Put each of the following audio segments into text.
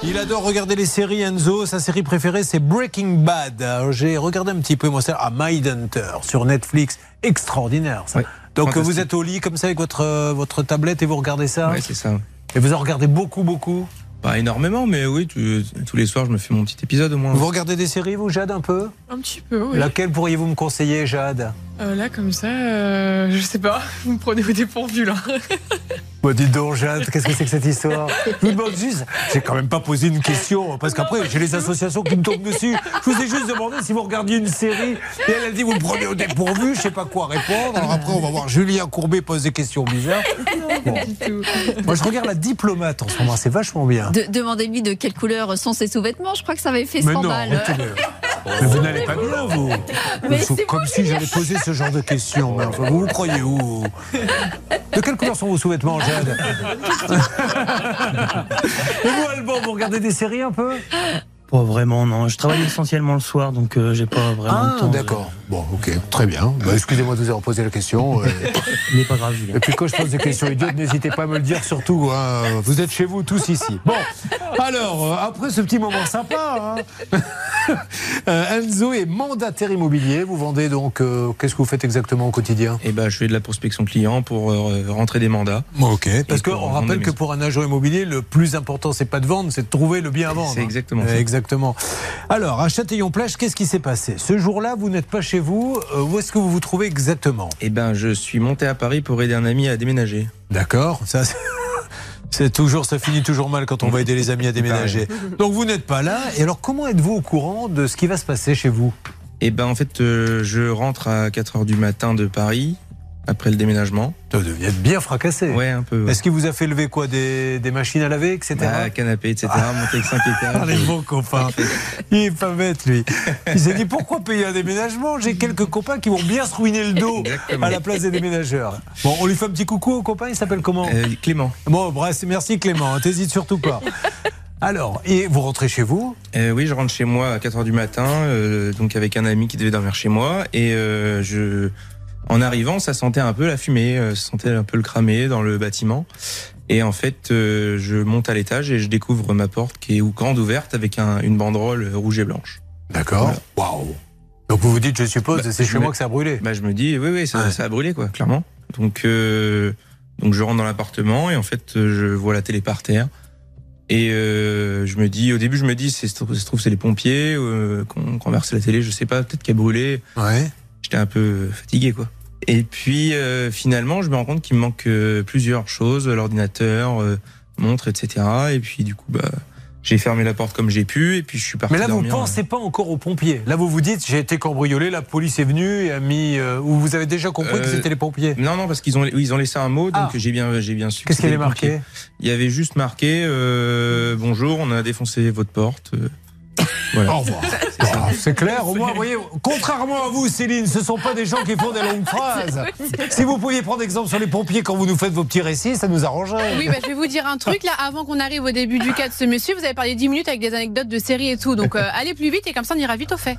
Il adore regarder les séries, Enzo. Sa série préférée, c'est Breaking Bad. Alors, j'ai regardé un petit peu, moi, c'est Mindhunter sur Netflix. Extraordinaire, ça. Oui, donc, fantastique. vous êtes au lit comme ça avec votre tablette et vous regardez ça? Oui, c'est ça. Et vous en regardez beaucoup? Pas énormément, mais oui, tous les soirs, je me fais mon petit épisode au moins. Vous regardez des séries, vous, Jade, un peu? Un petit peu, oui. Laquelle pourriez-vous me conseiller, Jade? Là, comme ça, je sais pas. Vous me prenez au dépourvu, là. Bah, dites donc, Jade, qu'est-ce que c'est que cette histoire? Je vous demande juste, j'ai quand même pas posé une question, parce qu'après, j'ai les associations qui me tombent dessus. Je vous ai juste demandé si vous regardiez une série, et elle a dit, vous me prenez au dépourvu, je sais pas quoi répondre. Alors après, on va voir Julien Courbet pose des questions bizarres. Bon. Moi, je regarde La Diplomate en ce moment, c'est vachement bien. Demandez-lui de quelle couleur sont ses sous-vêtements. Je crois que ça avait fait Mais non, scandale. mais vous n'allez pas bien, vous. Mais Vous- c'est comme moi si qui- j'allais poser ce genre de questions. Mais enfin, vous vous croyez où? De quelle couleur sont vos sous-vêtements, Jade? Et vous, Alban, vous regardez des séries un peu? Pas vraiment, non. Je travaille essentiellement le soir, donc j'ai pas vraiment le temps. D'accord. Bon, ok, très bien. Bah, excusez-moi de vous avoir posé la question. Il n'est pas grave, Julien. Et puis quand je pose des questions idiotes, n'hésitez pas à me le dire surtout. Hein. Vous êtes chez vous tous ici. Bon, alors, après ce petit moment sympa, hein, Enzo est mandataire immobilier. Vous vendez donc, qu'est-ce que vous faites exactement au quotidien? Et je fais de la prospection client pour rentrer des mandats. Ok, parce pour qu'on vendre rappelle des que maisons. pour un agent immobilier, le plus important, c'est pas de vendre, c'est de trouver le bien à vendre. C'est exactement ça. Exactement. Alors, à Châtillon-Plage, qu'est-ce qui s'est passé? Ce jour-là, vous n'êtes pas chez vous. Où est-ce que vous vous trouvez exactement? Je suis monté à Paris pour aider un ami à déménager. D'accord, ça ça finit toujours mal quand on va aider les amis à déménager. Donc vous n'êtes pas là. Et alors comment êtes-vous au courant de ce qui va se passer chez vous? En fait, je rentre à 4h du matin de Paris, après le déménagement. Vous êtes bien fracassé. Ouais, un peu. Ouais. Est-ce qu'il vous a fait lever quoi, des machines à laver, etc. Canapé, etc. Monter avec 5 étages. Ah, les bons copains. Il est pas bête, lui. Il s'est dit, pourquoi payer un déménagement? J'ai quelques copains qui vont bien se ruiner le dos Exactement. à la place des déménageurs. Bon, on lui fait un petit coucou au copain, il s'appelle comment? Clément. Bon, bref, merci Clément, t'hésites surtout pas. Alors, et vous rentrez chez vous? Oui, je rentre chez moi à 4h du matin, donc avec un ami qui devait dormir chez moi. Et en arrivant, ça sentait un peu la fumée, ça sentait un peu le cramé dans le bâtiment. Et en fait, je monte à l'étage et je découvre ma porte qui est grande ouverte avec une banderole rouge et blanche. D'accord. Waouh. Donc vous vous dites, je suppose, c'est chez moi que ça a brûlé. Je me dis, oui, ça a brûlé, quoi, clairement. Donc je rentre dans l'appartement et en fait, je vois la télé par terre. Et au début, je me dis, ça se trouve, c'est les pompiers qui ont renversé la télé, je sais pas, peut-être qu'elle a brûlé. Ouais. J'étais un peu fatigué, quoi. Et puis, finalement, je me rends compte qu'il me manque plusieurs choses, l'ordinateur, montre, etc. Et puis, du coup, j'ai fermé la porte comme j'ai pu, et puis je suis parti Mais là, dormir. vous pensez pas encore aux pompiers. Là, vous vous dites, j'ai été cambriolé, la police est venue et a mis... ou vous avez déjà compris que c'était les pompiers? Non, parce qu'ils ont laissé un mot, donc j'ai bien su. Qu'est-ce qu'il y avait marqué? Il y avait juste marqué bonjour, on a défoncé votre porte. Voilà. Au revoir. C'est clair, au moins, vous voyez, contrairement à vous, Céline, ce ne sont pas des gens qui font des longues phrases. Si vous pouviez prendre exemple sur les pompiers quand vous nous faites vos petits récits, ça nous arrangerait. Oui, je vais vous dire un truc là, avant qu'on arrive au début du cas de ce monsieur, vous avez parlé 10 minutes avec des anecdotes de séries et tout, donc allez plus vite et comme ça on ira vite au fait.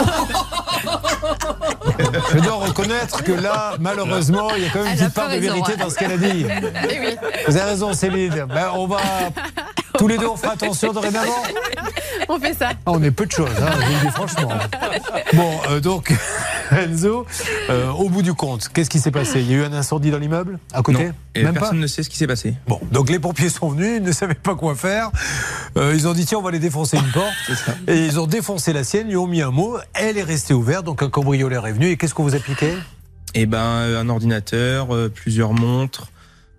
Je dois reconnaître que là, malheureusement, il y a quand même une petite part de vérité dans ce qu'elle a dit. Eh oui. Vous avez raison, Céline. On va... Tous les deux, on fera attention dorénavant. On fait ça. On est peu de choses, hein, je vous le dis franchement. Bon, donc, Enzo, au bout du compte, qu'est-ce qui s'est passé? Il y a eu un incendie dans l'immeuble, à côté? Non, et Même personne pas ne sait ce qui s'est passé. Bon, donc les pompiers sont venus, ils ne savaient pas quoi faire. Ils ont dit, tiens, on va aller défoncer une porte. C'est ça. Et ils ont défoncé la sienne, ils lui ont mis un mot, elle est restée ouverte, donc un cambrioleur est venu. Et qu'est-ce qu'on vous a piqué? Un ordinateur, plusieurs montres,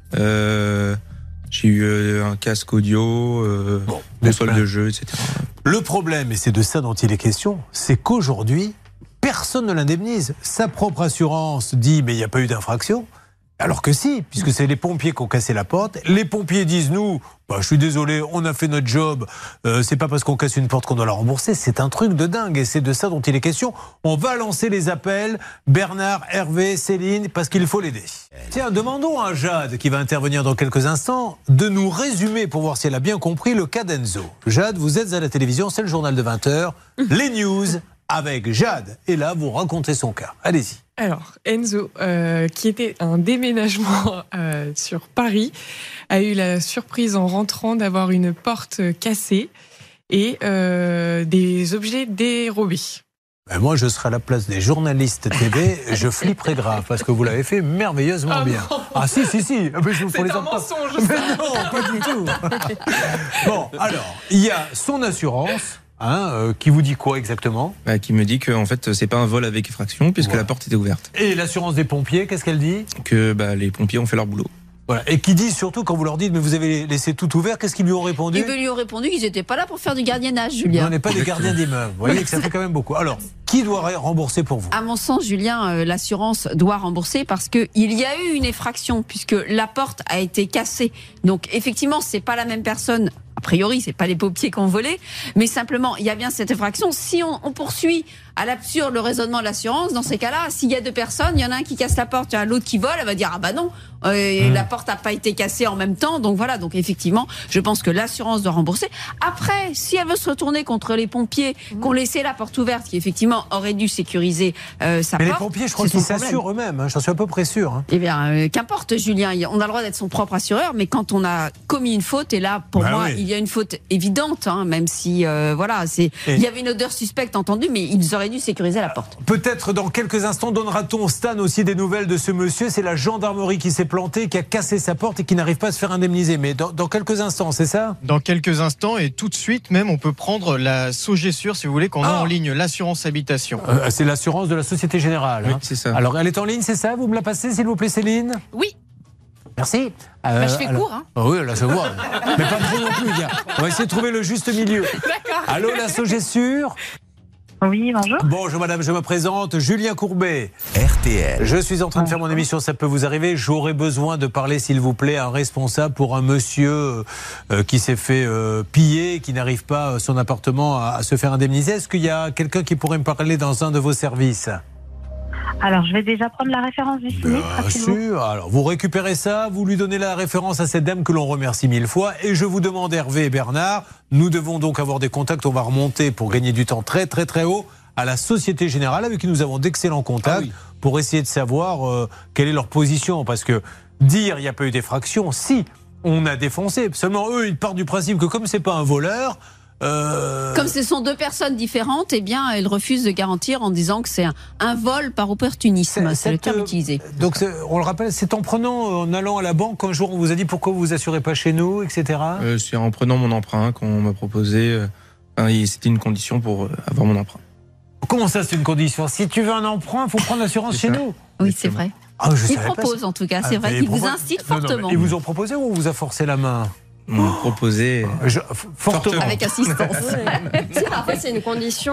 j'ai eu un casque audio, console de jeu, etc. Le problème, et c'est de ça dont il est question, c'est qu'aujourd'hui, personne ne l'indemnise. Sa propre assurance dit, mais il n'y a pas eu d'infraction. Alors que si, puisque c'est les pompiers qui ont cassé la porte. Les pompiers disent, nous, je suis désolé, on a fait notre job. C'est pas parce qu'on casse une porte qu'on doit la rembourser. C'est un truc de dingue et c'est de ça dont il est question. On va lancer les appels. Bernard, Hervé, Céline, parce qu'il faut l'aider. Tiens, demandons à Jade, qui va intervenir dans quelques instants, de nous résumer pour voir si elle a bien compris le cas d'Enzo. Jade, vous êtes à la télévision, c'est le journal de 20h. Les news avec Jade. Et là, vous racontez son cas. Allez-y. Alors, Enzo, qui était un déménagement sur Paris, a eu la surprise en rentrant d'avoir une porte cassée et des objets dérobés. Ben moi, je serai à la place des journalistes TV, je flipperai grave, parce que vous l'avez fait merveilleusement bien. Non. Ah si. Mais je vous C'est les un entends. mensonge, Mais ça. non, pas du tout. Bon, alors, il y a son assurance, qui vous dit quoi exactement? Qui me dit que en fait c'est pas un vol avec effraction puisque Voilà. la porte était ouverte. Et l'assurance des pompiers, qu'est-ce qu'elle dit? Que les pompiers ont fait leur boulot. Voilà. Et qui dit surtout, quand vous leur dites, mais vous avez laissé tout ouvert, qu'est-ce qu'ils lui ont répondu? Ils lui ont répondu qu'ils n'étaient pas là pour faire du gardiennage, On Julien. n'est pas des gardiens d'immeubles. Vous voyez que ça fait quand même beaucoup. Alors, qui doit rembourser pour vous? À mon sens, Julien, l'assurance doit rembourser parce qu'il y a eu une effraction puisque la porte a été cassée. Donc effectivement, c'est pas la même personne. A priori, c'est pas les pompiers qui ont volé, mais simplement, il y a bien cette effraction. Si on poursuit à l'absurde le raisonnement de l'assurance, dans ces cas-là, s'il y a deux personnes, il y en a un qui casse la porte, il y en a l'autre qui vole, elle va dire ah bah non, la porte n'a pas été cassée en même temps. Donc voilà, donc effectivement, je pense que l'assurance doit rembourser. Après, si elle veut se retourner contre les pompiers qui ont laissé la porte ouverte, qui effectivement auraient dû sécuriser sa Mais les porte, pompiers, je crois c'est qu'ils son problème. s'assurent eux-mêmes. J'en suis à peu près sûr. Eh bien, qu'importe, Julien, on a le droit d'être son propre assureur, mais quand on a commis une faute, et là, pour moi, oui. il y a une faute évidente, même si, il y avait une odeur suspecte entendue, mais ils auraient dû sécuriser la porte. Peut-être dans quelques instants donnera-t-on, Stan, aussi des nouvelles de ce monsieur. C'est la gendarmerie qui s'est plantée, qui a cassé sa porte et qui n'arrive pas à se faire indemniser. Mais dans quelques instants, c'est ça? Dans quelques instants et tout de suite même, on peut prendre la Sogessure si vous voulez, qu'on a en ligne, l'assurance habitation. C'est l'assurance de la Société Générale. Oui, c'est ça. Alors, elle est en ligne, c'est ça? Vous me la passez, s'il vous plaît, Céline? Oui, Merci. je fais court. Oui, là, je vois. Mais pas trop non plus, gars. On va essayer de trouver le juste milieu. D'accord. Allô, la Sogessure? Oui, bonjour. Bonjour madame, je me présente, Julien Courbet. RTL. Je suis en train de faire mon émission, ça peut vous arriver. J'aurais besoin de parler, s'il vous plaît, à un responsable pour un monsieur qui s'est fait piller, qui n'arrive pas, son appartement, à se faire indemniser. Est-ce qu'il y a quelqu'un qui pourrait me parler dans un de vos services? Alors, je vais déjà prendre la référence du sinistre. Bien rapidement. sûr. Alors, vous récupérez ça, vous lui donnez la référence à cette dame que l'on remercie 1000 fois. Et je vous demande, Hervé et Bernard, nous devons donc avoir des contacts. On va remonter pour gagner du temps très, très, très haut à la Société Générale, avec qui nous avons d'excellents contacts, pour essayer de savoir quelle est leur position. Parce que dire il n'y a pas eu d'effraction, si, on a défoncé. Seulement, eux, ils partent du principe que comme c'est pas un voleur... Comme ce sont deux personnes différentes, eh bien, elles refusent de garantir en disant que c'est un vol par opportunisme. C'est le terme utilisé. Donc, on le rappelle, c'est en allant à la banque, un jour on vous a dit pourquoi vous vous assurez pas chez nous, etc. C'est en prenant mon emprunt qu'on m'a proposé. C'était une condition pour avoir mon emprunt. Comment ça, c'est une condition? Si tu veux un emprunt, il faut prendre l'assurance C'est chez ça. nous. Oui, c'est vrai. Ah, je Ils savais pas proposent ça. en tout cas, c'est vrai mais qu'ils vous pourquoi- incitent Non, non, mais fortement. ils vous ont proposé ou on vous a forcé la main? On m'a proposé. Fortement. Avec assistance. Si, parfois c'est une condition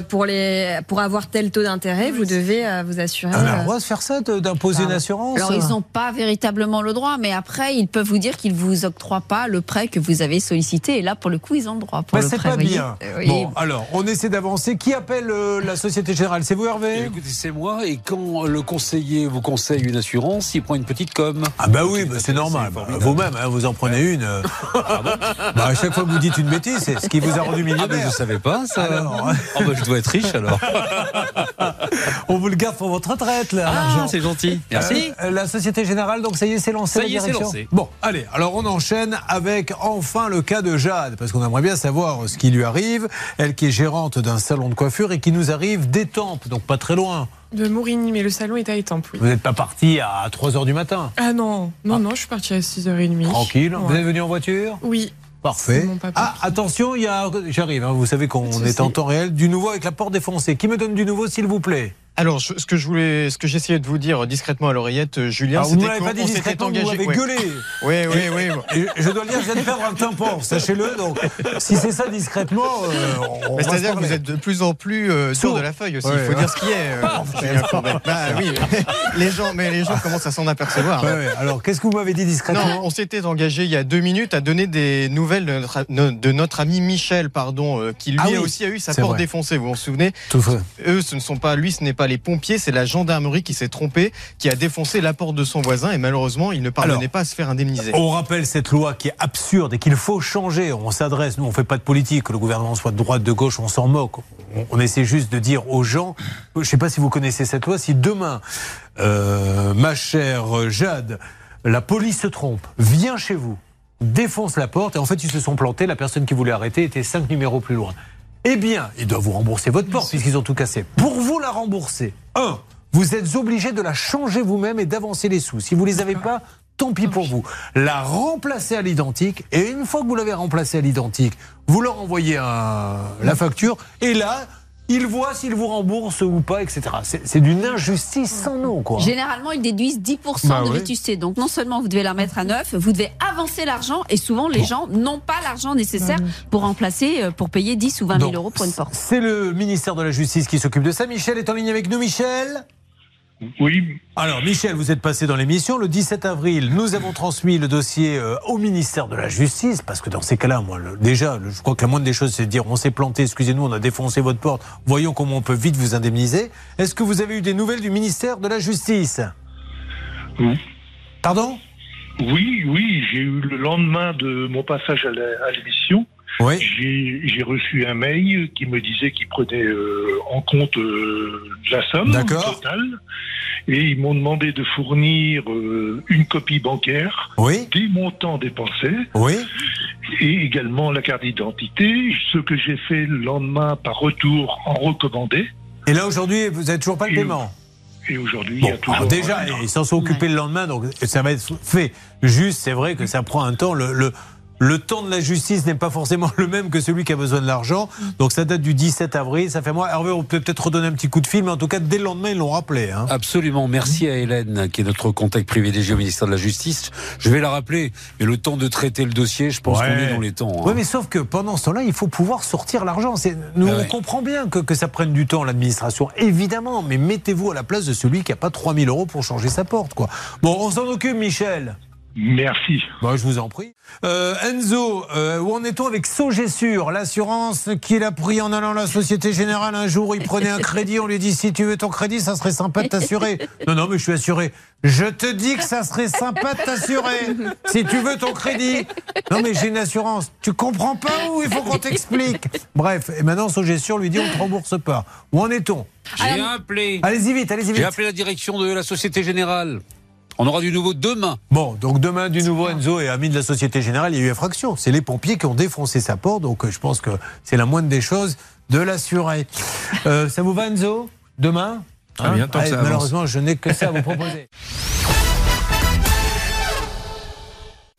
pour avoir tel taux d'intérêt, vous devez vous assurer. On a le droit de faire ça, d'imposer une assurance? Alors, ils n'ont pas véritablement le droit, mais après, ils peuvent vous dire qu'ils ne vous octroient pas le prêt que vous avez sollicité. Et là, pour le coup, ils ont le droit. Pour Bah, le c'est prêt, pas vous voyez. bien. Oui. Bon, alors, on essaie d'avancer. Qui appelle la Société Générale? C'est vous, Hervé? Écoutez, c'est moi, et quand le conseiller vous conseille une assurance, il prend une petite com. Ah bah oui, bah c'est normal. formidable. Vous-même, vous en prenez une. Bah, à chaque fois que vous dites une bêtise, c'est ce qui vous a rendu Ah ben millionnaire. je savais pas ça. Alors, Oh ben je dois être riche alors. on vous le garde pour votre retraite, là. Ah l'argent. c'est gentil. Merci. La Société Générale, donc ça y est, c'est lancé. Ça y est, la c'est direction. lancé. Bon, allez, alors on enchaîne avec enfin le cas de Jade, parce qu'on aimerait bien savoir ce qui lui arrive. Elle qui est gérante d'un salon de coiffure et qui nous arrive d'Étampes, donc pas très loin. De Mourigny, mais le salon est à Étampes, oui. Vous n'êtes pas parti à 3h du matin? Ah non, je suis partie à 6h30. Tranquille. Ouais. Vous êtes venu en voiture? Oui. Parfait. C'est mon papa Ah, qui- attention, j'arrive, vous savez qu'on Pas de est en souci. temps réel. Du nouveau avec la porte défoncée. Qui me donne du nouveau, s'il vous plaît? Alors, ce que j'essayais de vous dire discrètement à l'oreillette, Julien, Alors, vous ne c'était m'avez pas dit qu'on s'était discrètement, vous engagé. m'avez Ouais. gueulé. Oui. Et je dois le dire, je viens de perdre un tympan, sachez-le. Donc, si c'est ça discrètement, on va se C'est-à-dire que parler. vous êtes de plus en plus Sourd. dur de la feuille aussi. Ouais, Il faut ouais. dire ce qui est. Julien Courbet. Bah oui, les gens commencent à s'en apercevoir. Ouais. Alors, qu'est-ce que vous m'avez dit Non, discrètement? on s'était engagé il y a 2 minutes à donner des nouvelles de notre ami Michel, qui lui Ah oui, aussi a eu sa c'est porte vrai. défoncée. Vous vous en souvenez? Tout fait. Eux, ce ne sont pas, lui, ce n'est pas pas les pompiers, c'est la gendarmerie qui s'est trompée, qui a défoncé la porte de son voisin et malheureusement, il ne parvenait pas à se faire indemniser. On rappelle cette loi qui est absurde et qu'il faut changer. On s'adresse, nous on fait pas de politique, que le gouvernement soit de droite, de gauche, on s'en moque. On essaie juste de dire aux gens, je ne sais pas si vous connaissez cette loi, si demain, ma chère Jade, la police se trompe, vient chez vous, défonce la porte et en fait ils se sont plantés, la personne qui voulait arrêter était 5 numéros plus loin. Eh bien, ils doivent vous rembourser votre porte puisqu'ils ont tout cassé. Pour vous la rembourser, vous êtes obligé de la changer vous-même et d'avancer les sous. Si vous ne les avez pas, tant pis pour vous. La remplacer à l'identique et une fois que vous l'avez remplacée à l'identique, vous leur envoyez la facture et là, ils voient s'ils vous remboursent ou pas, etc. C'est d'une injustice sans nom, quoi. Généralement, ils déduisent 10% de vétusté. Donc, non seulement vous devez la mettre à neuf, vous devez avancer l'argent et souvent, les gens n'ont pas l'argent nécessaire pour remplacer, pour payer 10 ou 20 000 euros pour une porte. C'est le ministère de la Justice qui s'occupe de ça. Michel est en ligne avec nous. Michel ? Oui. Alors, Michel, vous êtes passé dans l'émission. Le 17 avril, nous avons transmis le dossier au ministère de la Justice, parce que dans ces cas-là, moi, déjà, je crois que la moindre des choses, c'est de dire on s'est planté, excusez-nous, on a défoncé votre porte, voyons comment on peut vite vous indemniser. Est-ce que vous avez eu des nouvelles du ministère de la Justice ? Oui. Pardon ? Oui, j'ai eu le lendemain de mon passage à l'émission. Oui. J'ai reçu un mail qui me disait qu'il prenait en compte la somme totale et ils m'ont demandé de fournir une copie bancaire des montants dépensés et également la carte d'identité, ce que j'ai fait le lendemain par retour en recommandé. Et là aujourd'hui, vous n'avez toujours pas le paiement ? Et aujourd'hui, il y a toujours... Alors déjà, ils s'en sont occupés le lendemain, donc ça va être fait. Juste, c'est vrai que ça prend un temps. Le temps de la justice n'est pas forcément le même que celui qui a besoin de l'argent. Donc ça date du 17 avril. Ça fait moi. Hervé, on peut peut-être redonner un petit coup de fil, mais en tout cas, dès le lendemain, ils l'ont rappelé. Hein. Absolument. Merci à Hélène, qui est notre contact privilégié au ministère de la Justice. Je vais la rappeler. Mais le temps de traiter le dossier, je pense qu'on est dans les temps. Hein. Oui, mais sauf que pendant ce temps-là, il faut pouvoir sortir l'argent. Nous, on comprend bien que ça prenne du temps, l'administration, évidemment. Mais mettez-vous à la place de celui qui n'a pas 3 000 euros pour changer sa porte, quoi. Bon, on s'en occupe, Michel. Merci. Bon, je vous en prie. Enzo, où en est-on avec Sogessure, l'assurance qu'il a pris en allant à la Société Générale un jour, il prenait un crédit, on lui dit si tu veux ton crédit, ça serait sympa de t'assurer. Non, mais je suis assuré. Je te dis que ça serait sympa de t'assurer si tu veux ton crédit. Non, mais j'ai une assurance. Tu comprends pas où il faut qu'on t'explique. Bref, et maintenant Sogessure lui dit on ne te rembourse pas. Où en est-on ? J'ai appelé. Allez-y vite. J'ai appelé la direction de la Société Générale. On aura du nouveau demain. Bon, donc demain, du nouveau. Enzo et ami de la Société Générale, il y a eu infraction. C'est les pompiers qui ont défoncé sa porte, donc je pense que c'est la moindre des choses de l'assurer. Ça vous va, Enzo ? Demain ? Bien, tant que ça avance. Malheureusement, je n'ai que ça à vous proposer.